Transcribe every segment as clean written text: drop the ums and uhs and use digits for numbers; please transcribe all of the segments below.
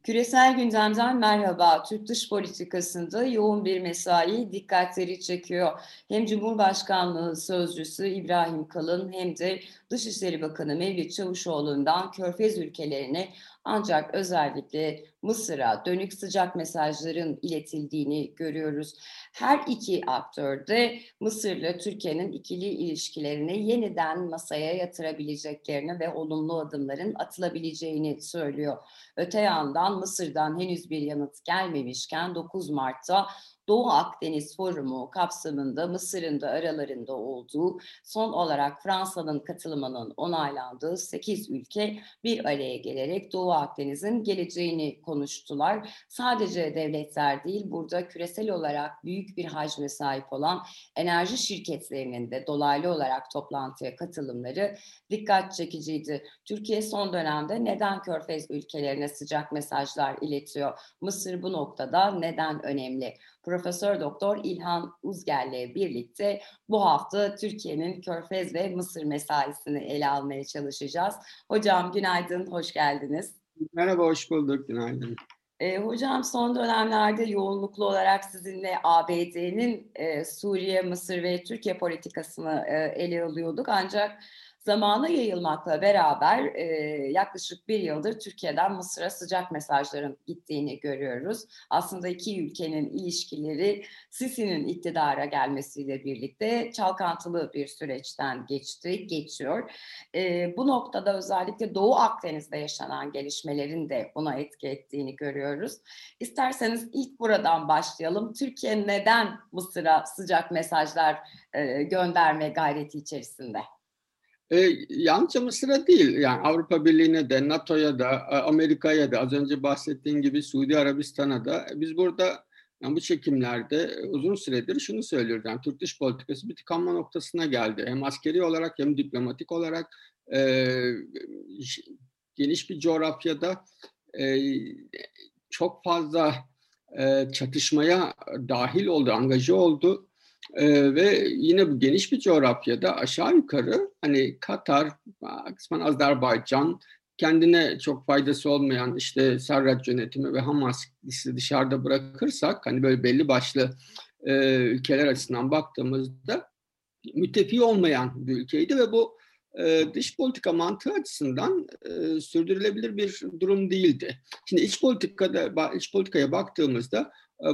Küresel gündemden merhaba. Türk dış politikasında yoğun bir mesai dikkatleri çekiyor. Hem Cumhurbaşkanlığı Sözcüsü İbrahim Kalın hem de Dışişleri Bakanı Mevlüt Çavuşoğlu'ndan Körfez ülkelerine ancak özellikle Mısır'a dönük sıcak mesajların iletildiğini görüyoruz. Her iki aktör de Mısır'la Türkiye'nin ikili ilişkilerini yeniden masaya yatırabileceklerini ve olumlu adımların atılabileceğini söylüyor. Öte yandan Mısır'dan henüz bir yanıt gelmemişken 9 Mart'ta Doğu Akdeniz Forumu kapsamında Mısır'ın da aralarında olduğu, son olarak Fransa'nın katılımının onaylandığı 8 ülke bir araya gelerek Doğu Akdeniz'in geleceğini konuştular. Sadece devletler değil, burada küresel olarak büyük bir hacme sahip olan enerji şirketlerinin de dolaylı olarak toplantıya katılımları dikkat çekiciydi. Türkiye son dönemde neden Körfez ülkelerine sıcak mesajlar iletiyor? Mısır bu noktada neden önemli? Profesör Doktor İlhan Uzger'le birlikte bu hafta Türkiye'nin Körfez ve Mısır mesaisini ele almaya çalışacağız. Hocam günaydın, hoş geldiniz. Merhaba, hoş bulduk. Günaydın. Hocam son dönemlerde yoğunluklu olarak sizinle ABD'nin Suriye, Mısır ve Türkiye politikasını ele alıyorduk. Ancak zamana yayılmakla beraber yaklaşık bir yıldır Türkiye'den Mısır'a sıcak mesajların gittiğini görüyoruz. Aslında iki ülkenin ilişkileri Sisi'nin iktidara gelmesiyle birlikte çalkantılı bir süreçten geçiyor. Bu noktada özellikle Doğu Akdeniz'de yaşanan gelişmelerin de buna etki ettiğini görüyoruz. İsterseniz ilk buradan başlayalım. Türkiye neden Mısır'a sıcak mesajlar gönderme gayreti içerisinde? Yalnızca Mısır'a değil, yani Avrupa Birliği'ne de, NATO'ya da, Amerika'ya da, az önce bahsettiğim gibi Suudi Arabistan'a da biz burada yani bu çekimlerde uzun süredir şunu söylüyoruz. Yani Türk dış politikası bir tıkanma noktasına geldi. Hem askeri olarak hem diplomatik olarak e, geniş bir coğrafyada e, çok fazla çatışmaya dahil oldu, angaje oldu. Ve yine bu geniş bir coğrafyada aşağı yukarı hani Katar, kısmen Azerbaycan, kendine çok faydası olmayan işte Sarraj yönetimi ve Hamas'ı dışarıda bırakırsak hani böyle belli başlı ülkeler açısından baktığımızda müttefi olmayan bir ülkeydi ve bu dış politika mantığı açısından sürdürülebilir bir durum değildi. Şimdi iç politikaya baktığımızda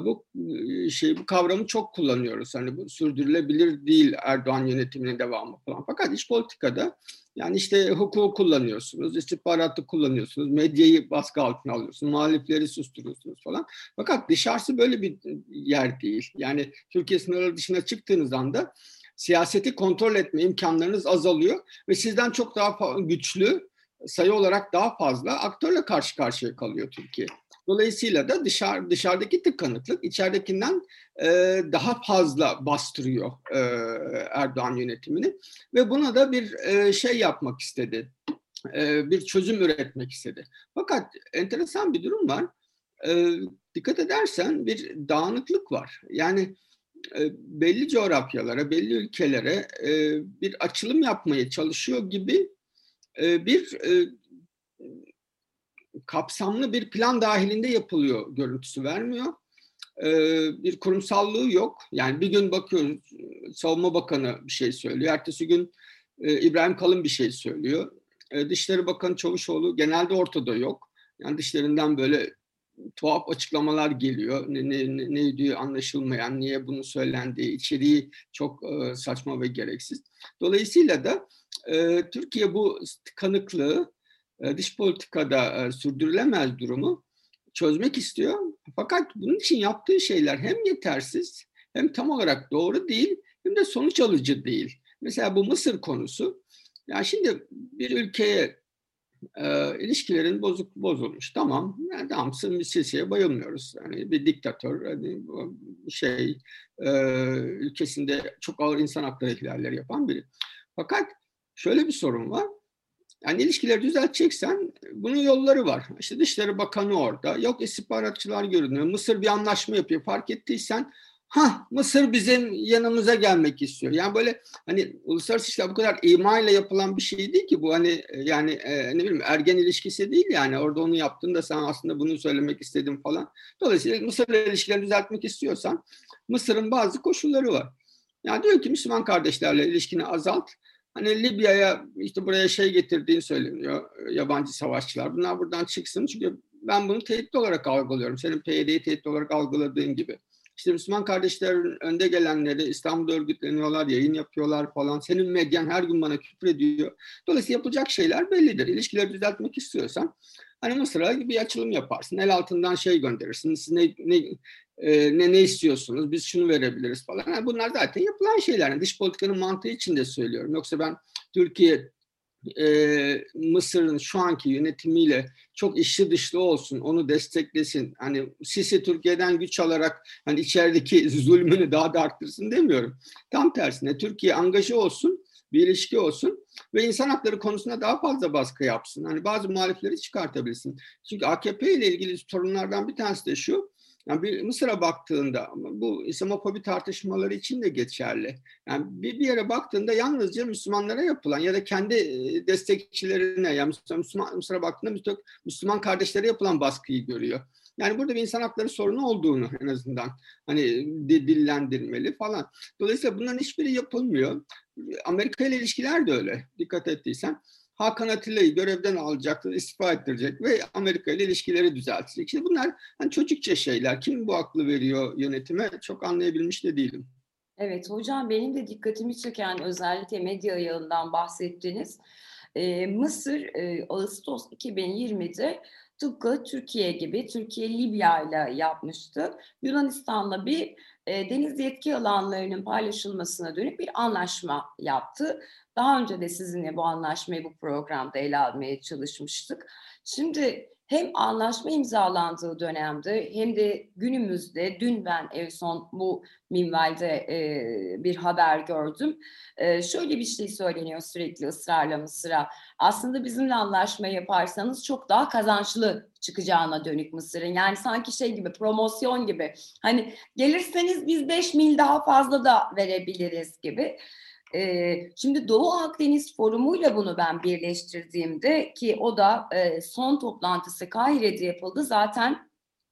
bu kavramı çok kullanıyoruz. Hani bu sürdürülebilir değil Erdoğan yönetiminin devamı falan. Fakat iç politikada yani işte hukuku kullanıyorsunuz, istihbaratı kullanıyorsunuz, medyayı baskı altına alıyorsunuz, muhalifleri susturuyorsunuz falan. Fakat dışarısı böyle bir yer değil. Yani Türkiye sınırları dışına çıktığınız anda siyaseti kontrol etme imkanlarınız azalıyor ve sizden çok daha güçlü, sayı olarak daha fazla aktörle karşı karşıya kalıyor Türkiye. Dolayısıyla da dışarıdaki tıkanıklık içeridekinden daha fazla bastırıyor Erdoğan yönetimini ve buna da bir şey yapmak istedi, bir çözüm üretmek istedi. Fakat enteresan bir durum var. Dikkat edersen bir dağınıklık var. Yani belli coğrafyalara, belli ülkelere bir açılım yapmaya çalışıyor gibi bir kapsamlı bir plan dahilinde yapılıyor görüntüsü vermiyor. Bir kurumsallığı yok. Yani bir gün bakıyoruz Savunma Bakanı bir şey söylüyor. Ertesi gün İbrahim Kalın bir şey söylüyor. Dışişleri Bakanı Çavuşoğlu genelde ortada yok. Yani dışlarından böyle tuhaf açıklamalar geliyor. Ne diyor anlaşılmayan, niye bunu söylendiği, içeriği çok saçma ve gereksiz. Dolayısıyla da Türkiye bu tıkanıklığı, dış politikada sürdürülemez durumu çözmek istiyor. Fakat bunun için yaptığı şeyler hem yetersiz, hem tam olarak doğru değil, hem de sonuç alıcı değil. Mesela bu Mısır konusu. Yani şimdi bir ülkeye ilişkilerin bozulmuş. Tamam. Yani tamam, Sisi'ye bayılmıyoruz. Yani bir diktatör, hani e, ülkesinde çok ağır insan hakları ihlalleri yapan biri. Fakat şöyle bir sorun var. Yani ilişkileri düzelteceksen bunun yolları var. İşte Dışişleri Bakanı orada. Yok istihbaratçılar görünüyor. Mısır bir anlaşma yapıyor. Fark ettiysen Mısır bizim yanımıza gelmek istiyor. Yani böyle hani uluslararası ilişkiler bu kadar imayla yapılan bir şey değil ki bu, hani yani ne bileyim ergen ilişkisi değil yani, orada onu yaptın da sen aslında bunu söylemek istedin falan. Dolayısıyla Mısır'la ilişkileri düzeltmek istiyorsan Mısır'ın bazı koşulları var. Yani diyor ki Müslüman kardeşlerle ilişkini azalt. Hani Libya'ya işte buraya şey getirdiğini söyleniyor, yabancı savaşçılar. Bunlar buradan çıksın çünkü ben bunu tehdit olarak algılıyorum. Senin PYD'yi tehdit olarak algıladığın gibi. İşte Müslüman kardeşlerin önde gelenleri İstanbul'da örgütleniyorlar, yayın yapıyorlar falan. Senin medyan her gün bana küfür ediyor. Dolayısıyla yapılacak şeyler bellidir. İlişkileri düzeltmek istiyorsan hani Mısır'a bir açılım yaparsın. El altından şey gönderirsin. Siz ne istiyorsunuz? Biz şunu verebiliriz falan. Yani bunlar zaten yapılan şeyler. Yani dış politikanın mantığı için de söylüyorum. Yoksa ben Türkiye Mısır'ın şu anki yönetimiyle çok içli dışlı olsun, onu desteklesin. Hani Sisi Türkiye'den güç alarak hani içerideki zulmünü daha da arttırsın demiyorum. Tam tersine Türkiye angaje olsun, bir ilişki olsun ve insan hakları konusunda daha fazla baskı yapsın. Hani bazı muhalifleri çıkartabilsin. Çünkü AKP ile ilgili sorunlardan bir tanesi de şu. Yani bir Mısır'a baktığında bu İslamofobi tartışmaları için de geçerli. Yani bir yere baktığında yalnızca Müslümanlara yapılan ya da kendi destekçilerine, yani Mısır'a baktığında Müslüman kardeşlere yapılan baskıyı görüyor. Yani burada bir insan hakları sorunu olduğunu en azından hani dillendirmeli falan. Dolayısıyla bunların hiçbiri yapılmıyor. Amerika ile ilişkiler de öyle. Dikkat ettiysen. Hakan Atilla'yı görevden alacaktı, istifa ettirecek ve Amerika ile ilişkileri düzeltecek. Şimdi bunlar hani çocukça şeyler. Kim bu aklı veriyor yönetime çok anlayabilmiş de değilim. Evet hocam, benim de dikkatimi çeken özellikle medya yağından bahsettiniz. Mısır Ağustos 2020'de tıpkı Türkiye gibi Türkiye Libya ile yapmıştı. Yunanistan'la bir deniz yetki alanlarının paylaşılmasına dönük bir anlaşma yaptı. Daha önce de sizinle bu anlaşmayı bu programda ele almaya çalışmıştık. Şimdi hem anlaşma imzalandığı dönemde hem de günümüzde, dün ben en son bu minvalde bir haber gördüm. Şöyle bir şey söyleniyor sürekli ısrarla Mısır'a. Aslında bizimle anlaşma yaparsanız çok daha kazançlı çıkacağına dönük Mısır'ın. Yani sanki şey gibi, promosyon gibi. Hani gelirseniz biz 5 mil daha fazla da verebiliriz gibi. Şimdi Doğu Akdeniz Forumu'yla bunu ben birleştirdiğimde, ki o da son toplantısı Kahire'de yapıldı. Zaten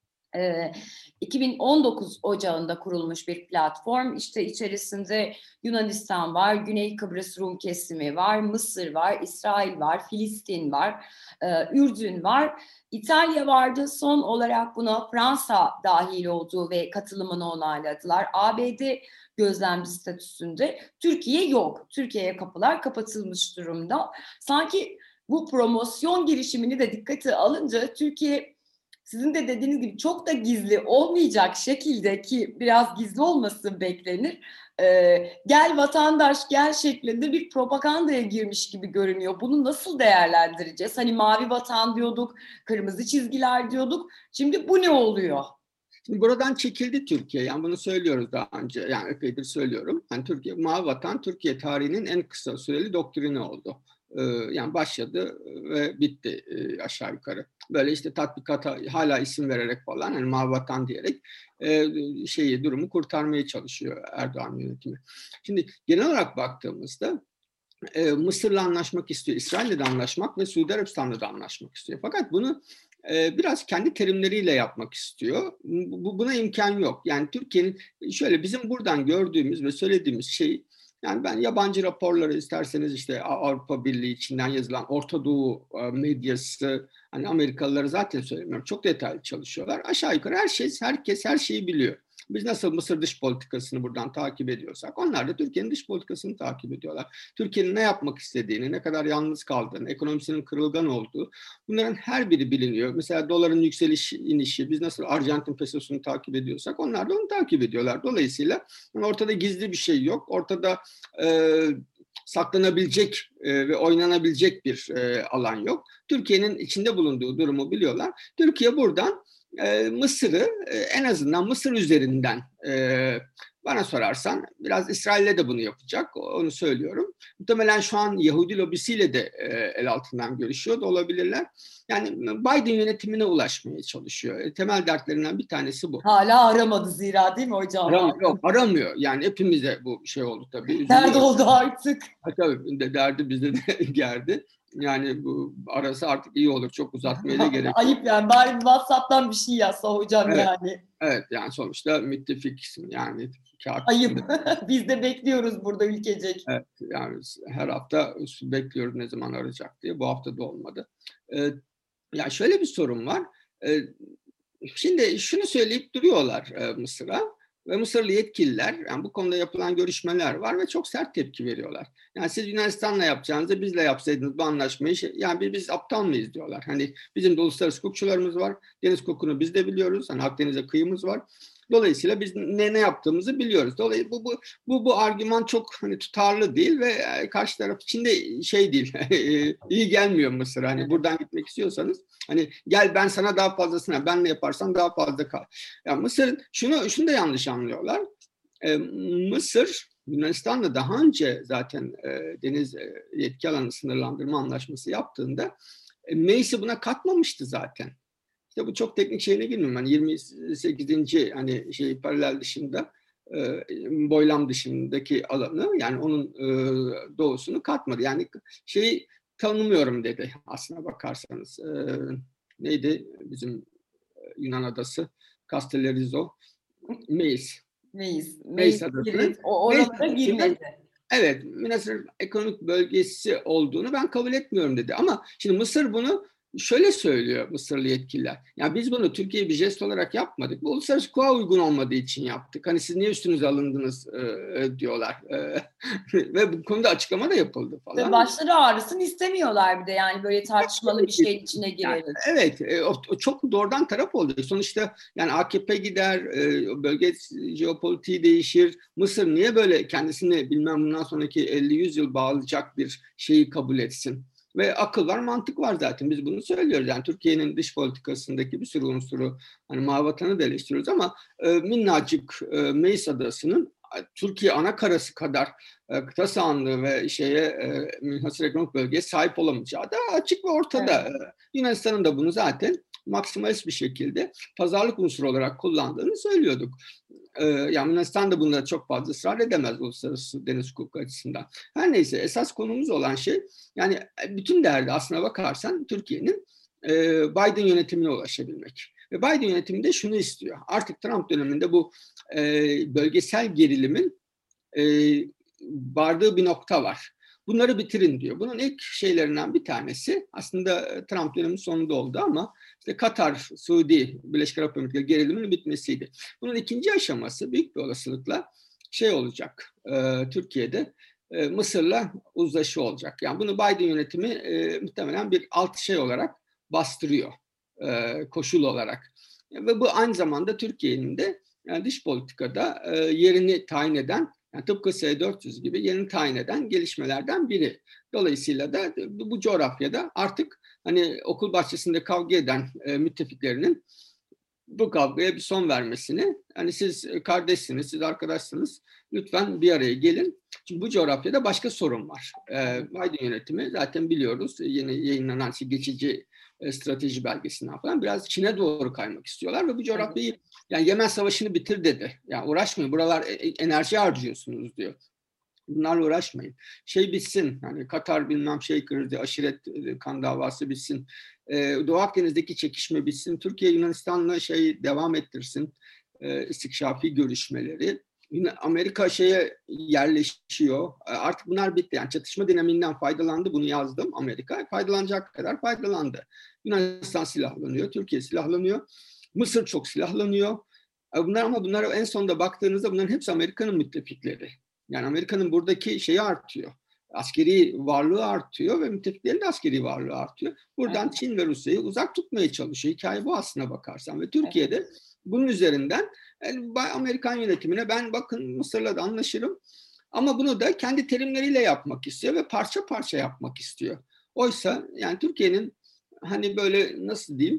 2019 Ocağı'nda kurulmuş bir platform. İşte içerisinde Yunanistan var, Güney Kıbrıs Rum kesimi var, Mısır var, İsrail var, Filistin var, Ürdün var, İtalya vardı. Son olarak buna Fransa dahil olduğu ve katılımını onayladılar. ABD gözlemci statüsünde. Türkiye yok. Türkiye'ye kapılar kapatılmış durumda. Sanki bu promosyon girişimini de dikkate alınca Türkiye, sizin de dediğiniz gibi, çok da gizli olmayacak şekilde, ki biraz gizli olması beklenir. Gel vatandaş gel şeklinde bir propagandaya girmiş gibi görünüyor. Bunu nasıl değerlendireceğiz? Hani mavi vatan diyorduk, kırmızı çizgiler diyorduk. Şimdi bu ne oluyor? Şimdi buradan çekildi Türkiye. Yani bunu söylüyoruz daha önce. Yani epeydir söylüyorum. Yani Türkiye, Mavi Vatan Türkiye tarihinin en kısa süreli doktrini oldu. Yani başladı ve bitti aşağı yukarı. Böyle işte tatbikata hala isim vererek falan, yani Mavi Vatan diyerek durumu kurtarmaya çalışıyor Erdoğan yönetimi. Şimdi genel olarak baktığımızda Mısır'la anlaşmak istiyor, İsrail'le de anlaşmak ve Suudi Arabistan'la da anlaşmak istiyor. Fakat bunu biraz kendi terimleriyle yapmak istiyor. Buna imkan yok. Yani Türkiye'nin şöyle bizim buradan gördüğümüz ve söylediğimiz şey, yani ben yabancı raporları isterseniz işte Avrupa Birliği içinden yazılan Orta Doğu medyası, hani Amerikalıları zaten söylemiyorum. Çok detaylı çalışıyorlar. Aşağı yukarı herkes her şeyi biliyor. Biz nasıl Mısır dış politikasını buradan takip ediyorsak onlar da Türkiye'nin dış politikasını takip ediyorlar. Türkiye'nin ne yapmak istediğini, ne kadar yalnız kaldığını, ekonomisinin kırılgan olduğu, bunların her biri biliniyor. Mesela doların yükseliş inişi, biz nasıl Arjantin pesosunu takip ediyorsak onlar da onu takip ediyorlar. Dolayısıyla ortada gizli bir şey yok. Ortada saklanabilecek ve oynanabilecek bir alan yok. Türkiye'nin içinde bulunduğu durumu biliyorlar. Türkiye buradan Mısır'ı en azından Mısır üzerinden bana sorarsan biraz İsrail'le de bunu yapacak. Onu söylüyorum. Muhtemelen şu an Yahudi lobisiyle de el altından görüşüyor da olabilirler. Yani Biden yönetimine ulaşmaya çalışıyor. Temel dertlerinden bir tanesi bu. Hala aramadı zira, değil mi hocam? Yok, aramıyor. Yani hepimize bu şey oldu tabii. Nerede oldu artık? Tabii derdi bize de geldi. Yani bu arası artık iyi olur. Çok uzatmaya da gerek yok. Ayıp yani. Bari WhatsApp'tan bir şey yazsa hocam Evet. yani. Evet, yani sonuçta müttefiksin yani. Ayıp. Biz de bekliyoruz burada ülkecek. Evet, yani her hafta bekliyoruz ne zaman arayacak diye. Bu hafta da olmadı. Yani şöyle bir sorun var. Şimdi şunu söyleyip duruyorlar Mısır'a ve Mısırlı yetkililer, yani bu konuda yapılan görüşmeler var ve çok sert tepki veriyorlar. Yani siz Yunanistan'la yapacağınızı bizle yapsaydınız bu anlaşmayı, yani biz aptal mıyız diyorlar. Hani bizim de uluslararası hukukçularımız var. Deniz hukukunu biz de biliyoruz. Hani Akdeniz'e kıyımız var. Dolayısıyla biz ne yaptığımızı biliyoruz. Dolayısıyla bu argüman çok hani tutarlı değil ve karşı taraf için de şey değil. iyi gelmiyor Mısır. Hani buradan gitmek istiyorsanız hani gel ben sana daha fazlasına, benle yaparsan daha fazla kal. Yani Mısır şunu da yanlış anlıyorlar. Mısır Yunanistan'la daha önce zaten deniz yetki alanı sınırlandırma anlaşması yaptığında Meis'i buna katmamıştı zaten. İşte bu çok teknik şeyine girmiyorum. Hani 28. hani paralel dışında boylam dışındaki alanı, yani onun doğusunu katmadı. Yani tanımıyorum dedi aslına bakarsanız. Neydi bizim Yunan adası? Castellarizo. Meis. Meis adasının. Oralara girmedi. Evet, Mısır ekonomik bölgesi olduğunu ben kabul etmiyorum dedi. Ama şimdi Mısır bunu şöyle söylüyor, Mısırlı yetkililer. Ya biz bunu Türkiye'ye bir jest olarak yapmadık. Bu uluslararası hukuka uygun olmadığı için yaptık. Hani siz niye üstünüze alındınız diyorlar. Ve bu konuda açıklama da yapıldı falan. Başları ağrısın istemiyorlar bir de, yani böyle tartışmalı bir şeyin içine girelim. Yani, evet, o çok doğrudan taraf oldu. Sonuçta yani AKP gider, bölge jeopolitiği değişir. Mısır niye böyle kendisini bilmem bundan sonraki 50-100 yıl bağlayacak bir şeyi kabul etsin? Ve akıl var, mantık var zaten. Biz bunu söylüyoruz. Yani Türkiye'nin dış politikasındaki bir sürü unsuru, hani Mavi Vatan'ı da eleştiriyoruz ama minnacık Meis Adası'nın Türkiye ana karası kadar kıta sahanlığı ve münhasır ekonomik bölgeye sahip olamayacağı da açık ve ortada. Evet. Yunanistan'ın da bunu zaten maksimalist bir şekilde pazarlık unsuru olarak kullandığını söylüyorduk. Yani Yunanistan da bunlara çok fazla ısrar edemez uluslararası deniz hukuku açısından. Her neyse, esas konumuz olan şey, yani bütün derdi aslına bakarsan Türkiye'nin Biden yönetimine ulaşabilmek. Ve Biden yönetimi de şunu istiyor. Artık Trump döneminde bu bölgesel gerilimin vardığı bir nokta var. Bunları bitirin diyor. Bunun ilk şeylerinden bir tanesi aslında Trump döneminin sonunda oldu ama işte Katar, Suudi, Birleşik Arap Emirlikleri geriliminin bitmesiydi. Bunun ikinci aşaması büyük bir olasılıkla olacak. Türkiye'de Mısır'la uzlaşı olacak. Yani bunu Biden yönetimi muhtemelen bir alt olarak bastırıyor. Koşul olarak. Ve bu aynı zamanda Türkiye'nin de yani dış politikada yerini tayin eden, yani tıpkı S-400 gibi yerini tayin eden gelişmelerden biri. Dolayısıyla da bu coğrafyada artık hani okul bahçesinde kavga eden müttefiklerinin bu kavgaya bir son vermesini, hani siz kardeşsiniz, siz arkadaşsınız, lütfen bir araya gelin. Çünkü bu coğrafyada başka sorun var. Biden yönetimi zaten biliyoruz, yeni yayınlanan geçici strateji belgesinden falan biraz Çin'e doğru kaymak istiyorlar ve bu coğrafyayı, yani Yemen Savaşı'nı bitir dedi. Yani uğraşmayın, buralar enerji harcıyorsunuz diyor. Bunlarla uğraşmayın. Bitsin. Hani Katar bilmem krizi, aşiret kan davası bitsin. Doğu Akdeniz'deki çekişme bitsin. Türkiye Yunanistan'la devam ettirsin. İstikşafi görüşmeleri. Amerika yerleşiyor. Artık bunlar bitti. Yani çatışma dinamiğinden faydalandı. Bunu yazdım. Amerika faydalanacak kadar faydalandı. Yunanistan silahlanıyor. Türkiye silahlanıyor. Mısır çok silahlanıyor. Bunlar en sonunda baktığınızda bunların hepsi Amerika'nın müttefikleri. Yani Amerika'nın buradaki artıyor. Askeri varlığı artıyor ve müttefiklerin de askeri varlığı artıyor. Buradan Çin ve Rusya'yı uzak tutmaya çalışıyor. Hikaye bu aslına bakarsan. Ve Türkiye'de bunun üzerinden Amerikan yönetimine ben bakın Mısır'la da anlaşırım ama bunu da kendi terimleriyle yapmak istiyor ve parça parça yapmak istiyor. Oysa yani Türkiye'nin hani böyle nasıl diyeyim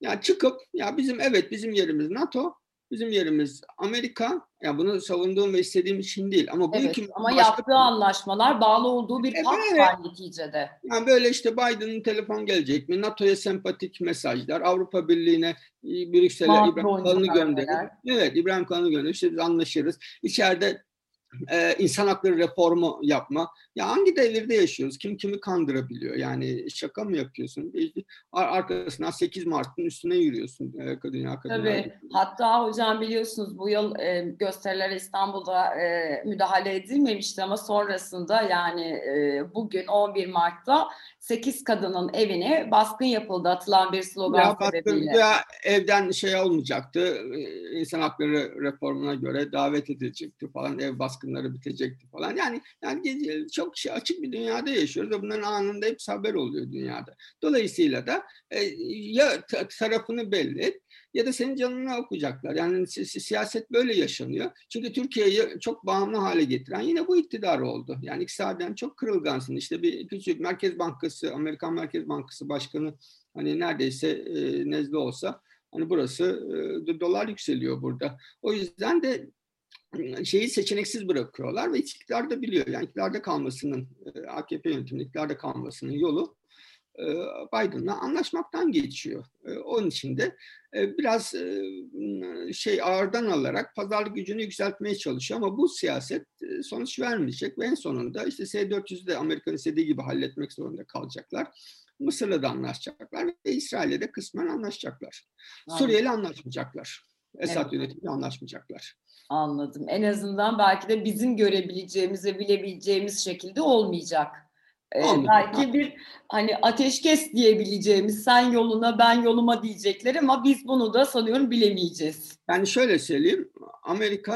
Ya çıkıp ya bizim yerimiz NATO, bizim yerimiz Amerika. Ya bunu savunduğum ve istediğim için değil ama bu Evet, hükümetin ama başka. yaptığı anlaşmalar bağlı olduğu bir pakt Evet. var neticede. Yani böyle işte Biden'ın telefon gelecek mi? NATO'ya sempatik mesajlar, Avrupa Birliği'ne, Brüksel'e İbrahim Makro Kalın'ı gönderir. önceler. Evet, İbrahim Kalın'ı gönderir. İşte biz anlaşırız. İçeride insan hakları reformu yapma. Ya hangi devirde yaşıyoruz? Kim kimi kandırabiliyor? Yani şaka mı yapıyorsun? Arkasından 8 Mart'ın üstüne yürüyorsun. Dünya Kadınlar Günü. Tabii. Hatta hocam biliyorsunuz bu yıl gösterilere İstanbul'da müdahale edilmemişti ama sonrasında yani bugün 11 Mart'ta 8 kadının evine baskın yapıldı atılan bir slogan Ya baskın sebebiyle. ya evden şey olmayacaktı. İnsan hakları reformuna göre davet edilecekti falan. Ev baskınları bitecekti falan. Yani çok açık bir dünyada yaşıyoruz ve bunların anında hepsi haber oluyor dünyada. Dolayısıyla da ya tarafını belli et ya da senin canını okuyacaklar. Yani siyaset böyle yaşanıyor. Çünkü Türkiye'yi çok bağımlı hale getiren yine bu iktidar oldu. Yani iktidardan çok kırılgansın. İşte bir küçük Merkez Bankası, Amerikan Merkez Bankası Başkanı hani neredeyse nezle olsa hani burası dolar yükseliyor burada. O yüzden de şeyi seçeneksiz bırakıyorlar ve iktidar da biliyor. Yani iktidarda kalmasının AKP yönetiminin iktidarda kalmasının yolu Biden'la anlaşmaktan geçiyor. Onun için de biraz şey ağırdan alarak pazarlık gücünü yükseltmeye çalışıyor ama bu siyaset sonuç vermeyecek ve en sonunda işte S-400'ü de Amerika'nın istediği gibi halletmek zorunda kalacaklar. Mısır'la da anlaşacaklar ve İsrail'le de kısmen anlaşacaklar. Anladım. Suriye'yle anlaşmayacaklar. Esad Evet. yönetimiyle anlaşmayacaklar. Anladım. En azından belki de bizim görebileceğimiz ve bilebileceğimiz şekilde olmayacak. Olmayacak. Belki bir hani ateşkes diyebileceğimiz sen yoluna ben yoluma diyecekler ama biz bunu da sanıyorum bilemeyeceğiz. Yani şöyle söyleyeyim, Amerika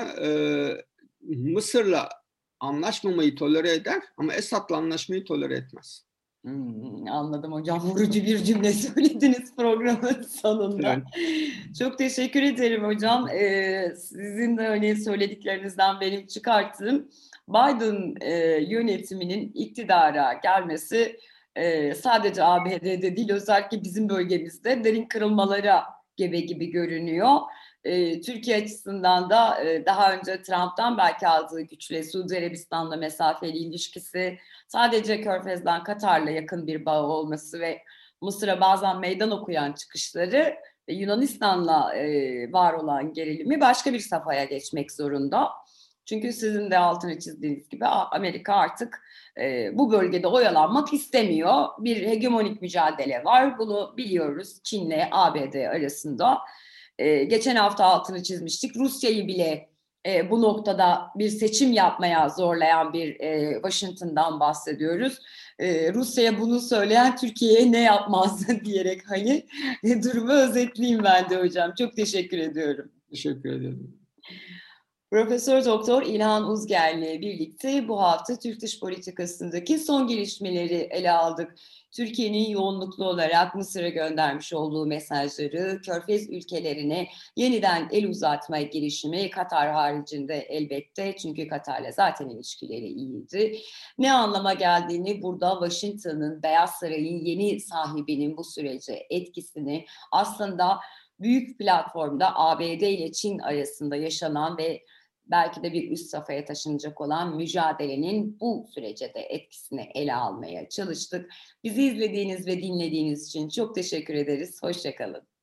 Mısır'la anlaşmamayı tolere eder ama Esad'la anlaşmayı tolere etmez. Anladım hocam. Vurucu bir cümle söylediniz programın sonunda. Evet. Çok teşekkür ederim hocam. Sizin de hani söylediklerinizden benim çıkarttığım Biden yönetiminin iktidara gelmesi sadece ABD'de değil özellikle bizim bölgemizde derin kırılmalara gebe gibi görünüyor. Türkiye açısından da daha önce Trump'tan belki aldığı güçle Suudi Arabistan'la mesafeli ilişkisi sadece Körfez'den Katar'la yakın bir bağ olması ve Mısır'a bazen meydan okuyan çıkışları Yunanistan'la var olan gerilimi başka bir safhaya geçmek zorunda. Çünkü sizin de altını çizdiğiniz gibi Amerika artık bu bölgede oyalanmak istemiyor. Bir hegemonik mücadele var. Bunu biliyoruz Çin'le ABD arasında. Geçen hafta altını çizmiştik. Rusya'yı bile bu noktada bir seçim yapmaya zorlayan bir Washington'dan bahsediyoruz. Rusya'ya bunu söyleyen Türkiye'ye ne yapmaz diyerek hani durumu özetleyeyim ben de hocam. Çok teşekkür ediyorum. Teşekkür ederim. Profesör Doktor İlhan Uzger'le birlikte bu hafta Türk dış politikasındaki son gelişmeleri ele aldık. Türkiye'nin yoğunluklu olarak Mısır'a göndermiş olduğu mesajları, Körfez ülkelerine yeniden el uzatma girişimi Katar haricinde elbette çünkü Katar'la zaten ilişkileri iyiydi. Ne anlama geldiğini burada Washington'ın, Beyaz Saray'ın yeni sahibinin bu sürece etkisini aslında büyük platformda ABD ile Çin arasında yaşanan ve belki de bir üst safhaya taşınacak olan mücadelenin bu sürece de etkisini ele almaya çalıştık. Bizi izlediğiniz ve dinlediğiniz için çok teşekkür ederiz. Hoşça kalın.